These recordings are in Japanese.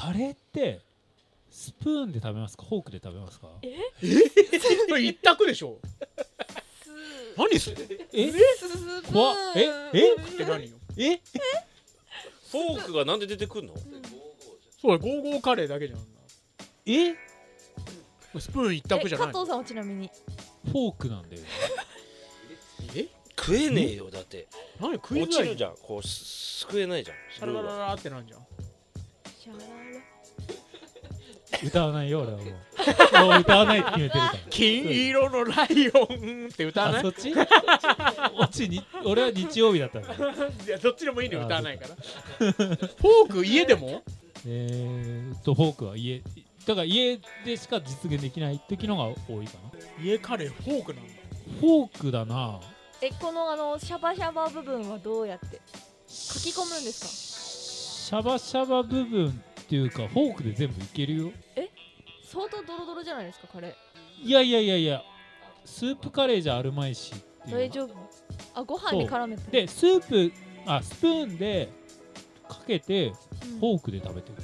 カレーってスプーンで食べますかフォークで食べますか？ これ一択でしょ。何すえスプ怖っーンって何よ。 フォークがなんで出てくんの？ そうだ、ゴーゴーカレーだけじゃん。 えスプーン一択じゃない。 加藤さんはちなみにフォークなんだよ。 食えねえよだって。 何食いづらい。 落ちるじゃん。こうすくえないじゃん。 シャララララってなんじゃん。 シャララ歌わないよ俺はもう歌わないって決めてるから。 金色のライオンって歌わない。 あそっち俺は日曜日だったんだよ。 いやどっちでもいいね、歌わないから。フォーク家でも？ フォークは家だから家でしか実現できない時のが多いかな。 家カレーフォークなんだ。 フォークだな。 このシャバシャバ部分はどうやって書き込むんですか？ シャバシャバ部分っていうかフォークで全部いけるよ。 相当ドロドロじゃないですかカレー。 いやスープカレーじゃあるまいしっていう大丈夫？あ、ご飯に絡めて。 でスプーンでかけてフォークで食べてる。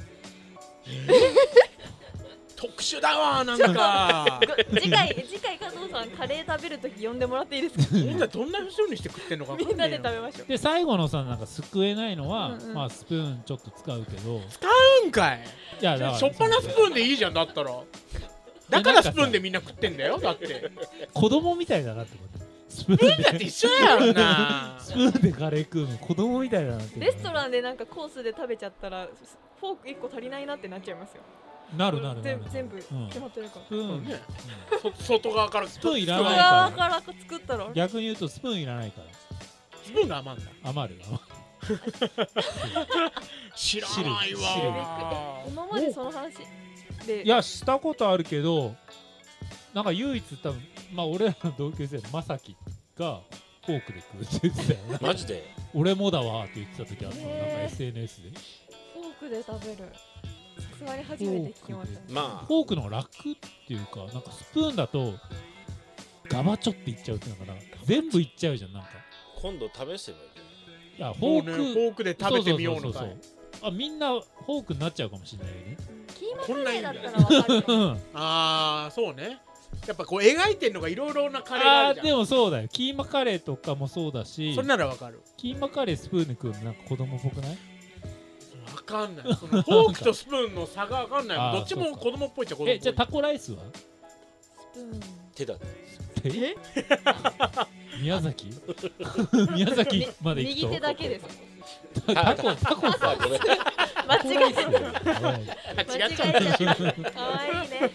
特殊だわなんか。 次回加藤さんカレー食べるとき呼んでもらっていいですか？ みんなどんな風にして食ってんのか分かんなよ。 みんないで食べましょう。 で最後のさなんかすくえないのは、 うんうんまあスプーンちょっと使うけど、 使うんかい。 いやだからしょっぱなスプーンでいいじゃんだったら。だからスプーンでみんな食ってんだよだって。 子供みたいだなってこと。スプーンだって一緒やんな。 スプーンでカレー食うの子供みたいだなって。 レストランでなんかコースで食べちゃったらフォーク1個足りないなってなっちゃいますよ。 なる全部決まってるから。 スプーンね外側からスプーンいら外ない側か。 からら作ったら逆に言うとスプーンいらないからスプーンが余んだ。 余る。 知らないわ。 今までその話でいやしたことあるけど、なんか唯一多分まあ俺らの同級生のまさきがフォークで食うって言ってたよね。 マジで？ 俺もだわって言ってた時あったの。なんか SNS でフォークで食べる。さすがに初めて聞きましたね。 まフォークの方が楽っていうか、なんかスプーンだとガバチョっていっちゃうっていうのかな、全部いっちゃうじゃん。なんか今度試せばいい。 いやフフォォークークで食べてみようのかい。 あ、みんなフォークになっちゃうかもしれないよね。 キーマカレーだったらわかるよ。 ああそうね。やっぱこう描いてんのがいろいろなカレーがあるじゃん。 でもそうだよ、キーマカレーとかもそうだし、 それならわかる。 キーマカレースプーンで食うのなんか子供っぽくない？ わかんない。そのフォークとスプーンの差がわかんない。 あーどっちも子供っぽいっちゃ子供っぽい。 じゃあタコライスは？ スプーン。 手だね。 宮崎宮崎まで行くと右手だけです。 タコさごめん。 間違えた。 違っ間違えちゃった。 ちゃった。可愛いね。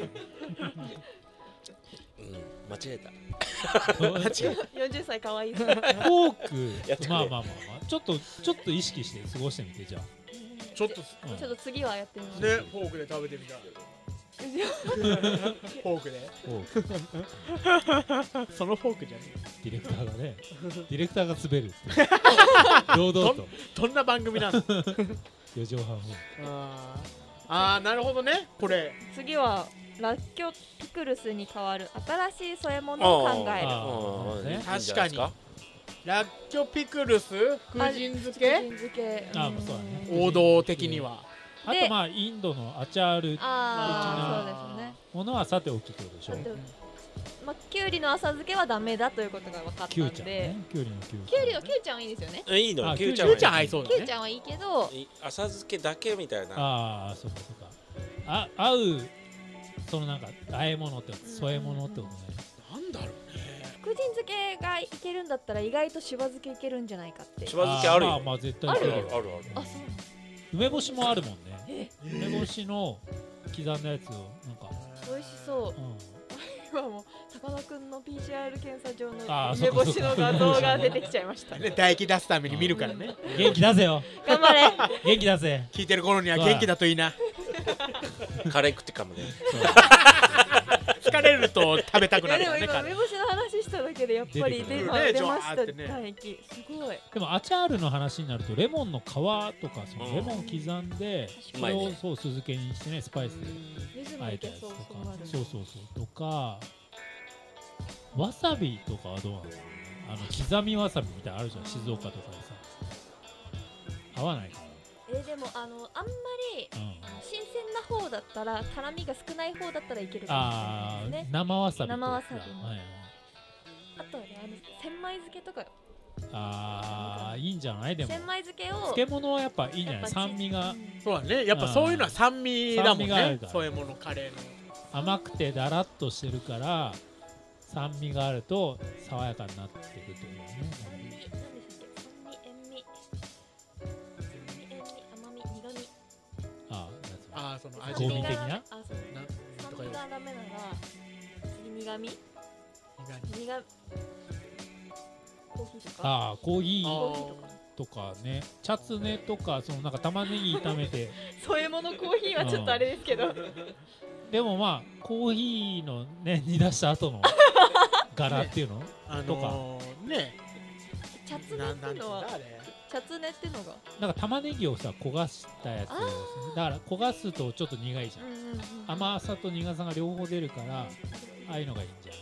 間違えた。 40歳可愛いです。 フォークやってくれまあちょっと意識して過ごしてみて。じゃあちょっとちょっと次はやってみます。 ねフォークで食べてみたい。フォークで。 フォークそのフォークじゃねディレクターがね、ディレクターが滑るっていう堂々とえ。どんな番組なの？ 4畳半をあーなるほどね。これ次はラッキョピクルスに代わる新しい添え物を考える。 ね確かにラッキョピクルス福神漬け福神漬け。 あもうそうだね。 王道的には。 あとまあインドのアチャールああ、そうですね。 ものはさておきってことでしょ。 まあ、キュウリの浅漬けはダメだということが分かったキュウちゃんんでね、キュウリのキュウキュウリのキュウちゃんはいいですよね。 いいの。 あキュウちゃんキュウちゃん合いそうだね。 キュウちゃんはいいけど、 浅漬けだけみたいな。 ああそうかそうか。合うそのなんか和え物ってこと添え物ってことね。 なんだろうね。 福神漬けがいけるんだったら意外としば漬けいけるんじゃないかって。 しば漬けあるよ。 まあ絶対いけるよ。 ある。 あ、そう。 梅干しもあるもんね。梅干しの刻んだやつをなんか、 美味しそう。 うん、 今も高野くんの PCR 検査場のあー梅干しの画像が出てきちゃいました。 ね唾液出すために見るからね。 元気出せよ。 頑張れ。 元気出せ。 聞いてる頃には元気だといいな。 カレー食ってかもね。 疲れると食べたくいやでもなるよね。カレー今梅干しの話しただけでやっぱり出てくるね出ましたジョワーってね唾液。すごい。 でもアチャールの話になるとレモンの皮とかそのレモン刻んでうんそれをそう酢漬けにしてねスパイスでリズムあえいけそうたやつとかそうなる。 そうとかわさびとかはどうなの？刻みわさびみたいなのあるじゃん静岡とかでさ合わないかでもあんまりな。 方だったら辛みが少ない方だったらいけるかあもしれないですね。 生わさびとか生わさびのはいはいあとはね千枚漬けとかよ。 いいんじゃないでも千枚漬けを漬物はやっぱいいんじゃないやっぱ酸味がそうだね、やっぱそういうのは酸味だもんね酸味があるから添え物カレーの。 甘くてだらっとしてるから酸味があると爽やかになってくるというね。 何でしたっけ？酸味、塩味、甘み、苦味。 ああ、その味の香味的なあ、そう。酸味がダメなら次苦味。コーヒーとか。 コーヒーコーヒーとか。 とかね、チャツネとかそのなんか玉ねぎ炒めて添え物コーヒーはちょっとあれですけど。 でもまあコーヒーのね煮出した後の柄っていうのとかね、 チャツネっていうのはチャツネっていうのがなんか玉ねぎをさ焦がしたやつですね。だから焦がすとちょっと苦いじゃん、甘さと苦さが両方出るからああいうのがいいんじゃない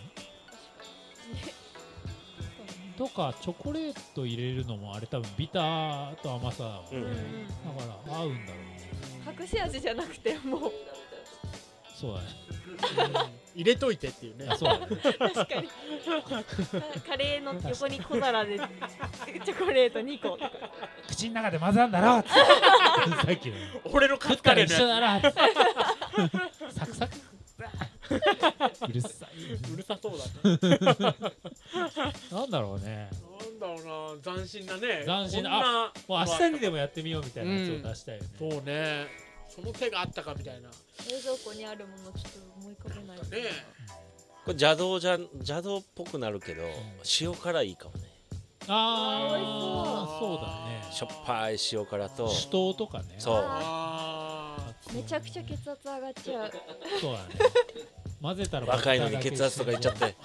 とかチョコレート入れるのもあれ多分ビターと甘さだもんね、だから合うんだろうね。 隠し味じゃなくてもうそうだね入れといてっていうね。 そうだね確かにカレーの横に小皿でチョコレート2個とか口の中で混ざんだろってさっきの俺のカツカレー一緒のやだなってサクサクうるさい。 つうるさそうだね。 なんだろうね。 なんだろうな、斬新なね。 斬新なこんなもう明日にでもやってみようみたいなやつを出したいよね。 そうね、その手があったかみたいなね。 冷蔵庫にあるものちょっと思い浮かべないですこれ邪道っぽくなるけど、塩辛いいかもね。 あ美味しあ、そうだね。 しょっぱい塩辛と酒盗とかね。 そうあめちゃくちゃ血圧上がっちゃうそうだね。混ぜたら若いのに血圧とかいっちゃってね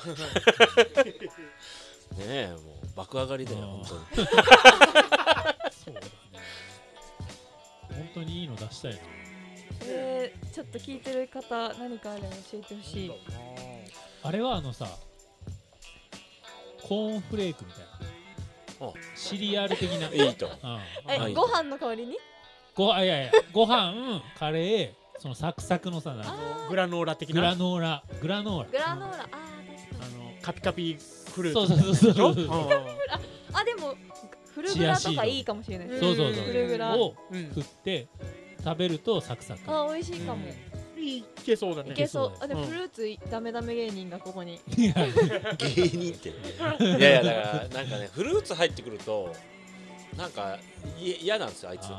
え、もう爆上がりだよ本当に。 そうだね。本当にいいの出したいな。 ちょっと聞いてる方何かあれば教えてほしい。 あれはさコーンフレークみたいなシリアル的な。 いいと。 ご飯の代わりにいやいやご飯カレーそのサクサクのさグラノーラ的な。 グラノーラグラノーラ確かにカピカピフルーそうツそうでもフルグラとかいいかもしれない。 そうフルグラを振って食べるとサクサク。 美味しいかも。 いけそうだね。 いけそう。でもフルーツダメダメ芸人がここに。 芸人っていやいやだからなんかねフルーツ入ってくるとなんか嫌なんですよあいつ。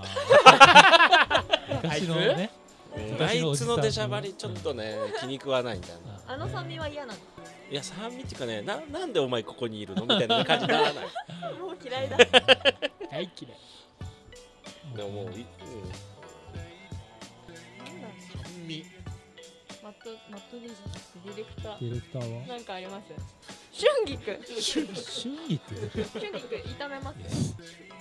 昔のね。 あいつの出しゃばりちょっとね気に食わないみたいな。 あの酸味は嫌なの。 いや酸味っていうかねなんでお前ここにいるのみたいな感じにならない。 もう嫌いだ。 大嫌い。 でももう酸味。 マットディディレクター。 ディレクターはなんかあります。春菊。 春菊。 春菊炒めます。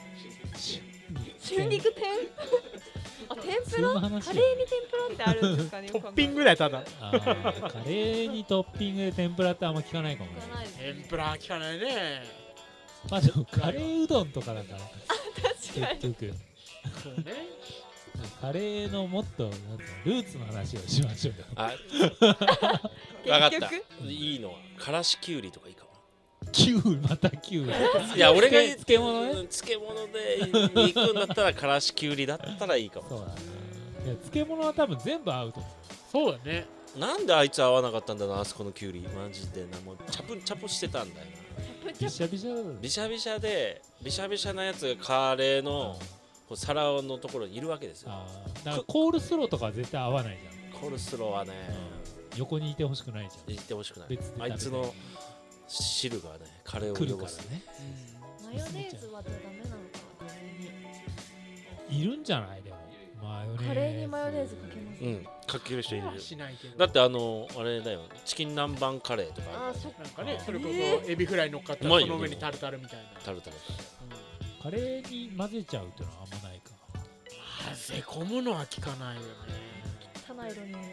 春菊天。あ、天ぷら？カレーに天ぷらってあるんですかね。 トッピングだよただ。 カレーにトッピングで天ぷらってあんま聞かないかもね。 天ぷら聞かないね。 まあでもカレーうどんとかだから。 確かに。 結局。 そうね。 カレーのもっとルーツの話をしましょうよ。 あ、分かったいいのはからしきゅうりとかいいかも。 またキュウリ。 いや俺が漬物ね。 漬物で行くんだったらからしきゅうりだったらいいかも。 そうだね。いや漬物は多分全部合うと思う。 そうだね。 なんであいつ合わなかったんだなあそこのきゅうりマジでなもうチャプしてたんだよな。 ビシャビシャ。 ビシャビシャでビシャビシャなやつがカレーの皿のところにいるわけですよ。 だからコールスローとかは絶対合わないじゃん。 コールスローはね、 横にいてほしくないじゃん。 いてほしくない。 別であいつの汁がねカレーを汚すね。 マヨネーズはダメなのかな。カレーにいるんじゃないでもマヨネーズ。 カレーにマヨネーズかけます。 うんかける人いる。 しないけど。 だってあれだよチキン南蛮カレーとかあ、そっなんかねそれこそエビフライ乗っかったらその上にタルタルみたいな。 タルタル。 カレーに混ぜちゃうっていうのはあんまないか。 混ぜ込むのは効かないよね。 汚い色になります。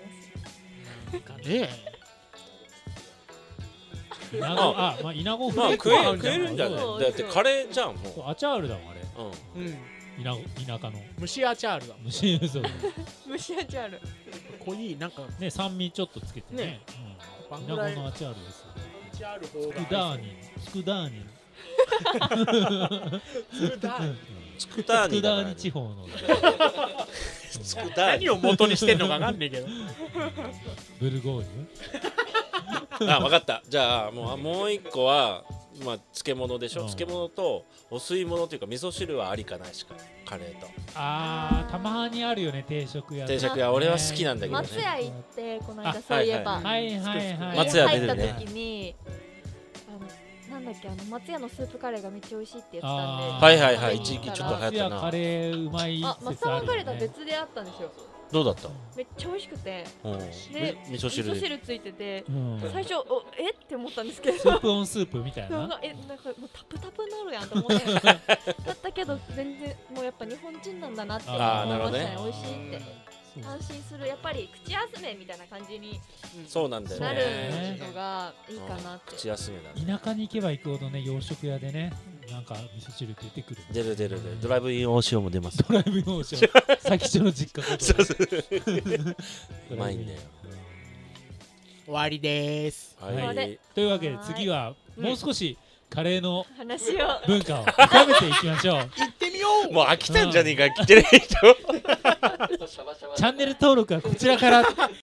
なんかね。 まあイナゴフレーク食えるんじゃない。だってカレーじゃんもう。 アチャールだもんあれ。 うん。 田舎の蒸しアチャールだ。 蒸しそう。 蒸しアチャール。 濃いなんかね、酸味ちょっとつけてねね。 イナゴのアチャールですよ。 ある方スクダーニン、スクダーニン、 スクダーニンスクタースクダーニニだからね地方のスクターニ何を元にしてんのかわかんねえけどブルゴーニュ。 あ、分かった。じゃあもう一個はまあ漬物でしょ。 うん漬物とお吸い物というか味噌汁はありかないしか。カレーとたまにあるよね、定食屋。 定食屋、俺は好きなんだけどね。 松屋行ってこの間あそういえばはいはいはい。 松屋入った出るね時になんだっけ松屋のスープカレーがめっちゃ美味しいって言ってたんではいはいはい、 食べに行ったら一時期ちょっと流行った松屋カな。 レーうまいあ、マ説あるよサマカレーとはね。 別であったんですよ。 どうだった？ めっちゃ美味しくて、 うん。 で味噌汁で。 味噌汁ついてて、 うん最初えって思ったんですけど、 スープオンスープみたいな。 なんかもうタプタプなるやんと思ってだったけど全然もうやっぱ日本人なんだなって思いあーましたね。 なるほど美味しいってそう安心する、やっぱり口休めみたいな感じにそうなんだよなるね。 のがいいかなって。 口休めだね。 田舎に行けば行くほどね、洋食屋でね、なんか味噌汁出てくる。 出る出る出る。ドライブイン大塩も出ます。 ドライブインオーション、先所の実家こと。 うまいんだよ。 終わりですはい。 というわけで次はもう少しカレーの話を文化を深めていきましょう。 行ってみようもう飽きたんじゃねえか、来てない人。 チャンネル登録はこちらから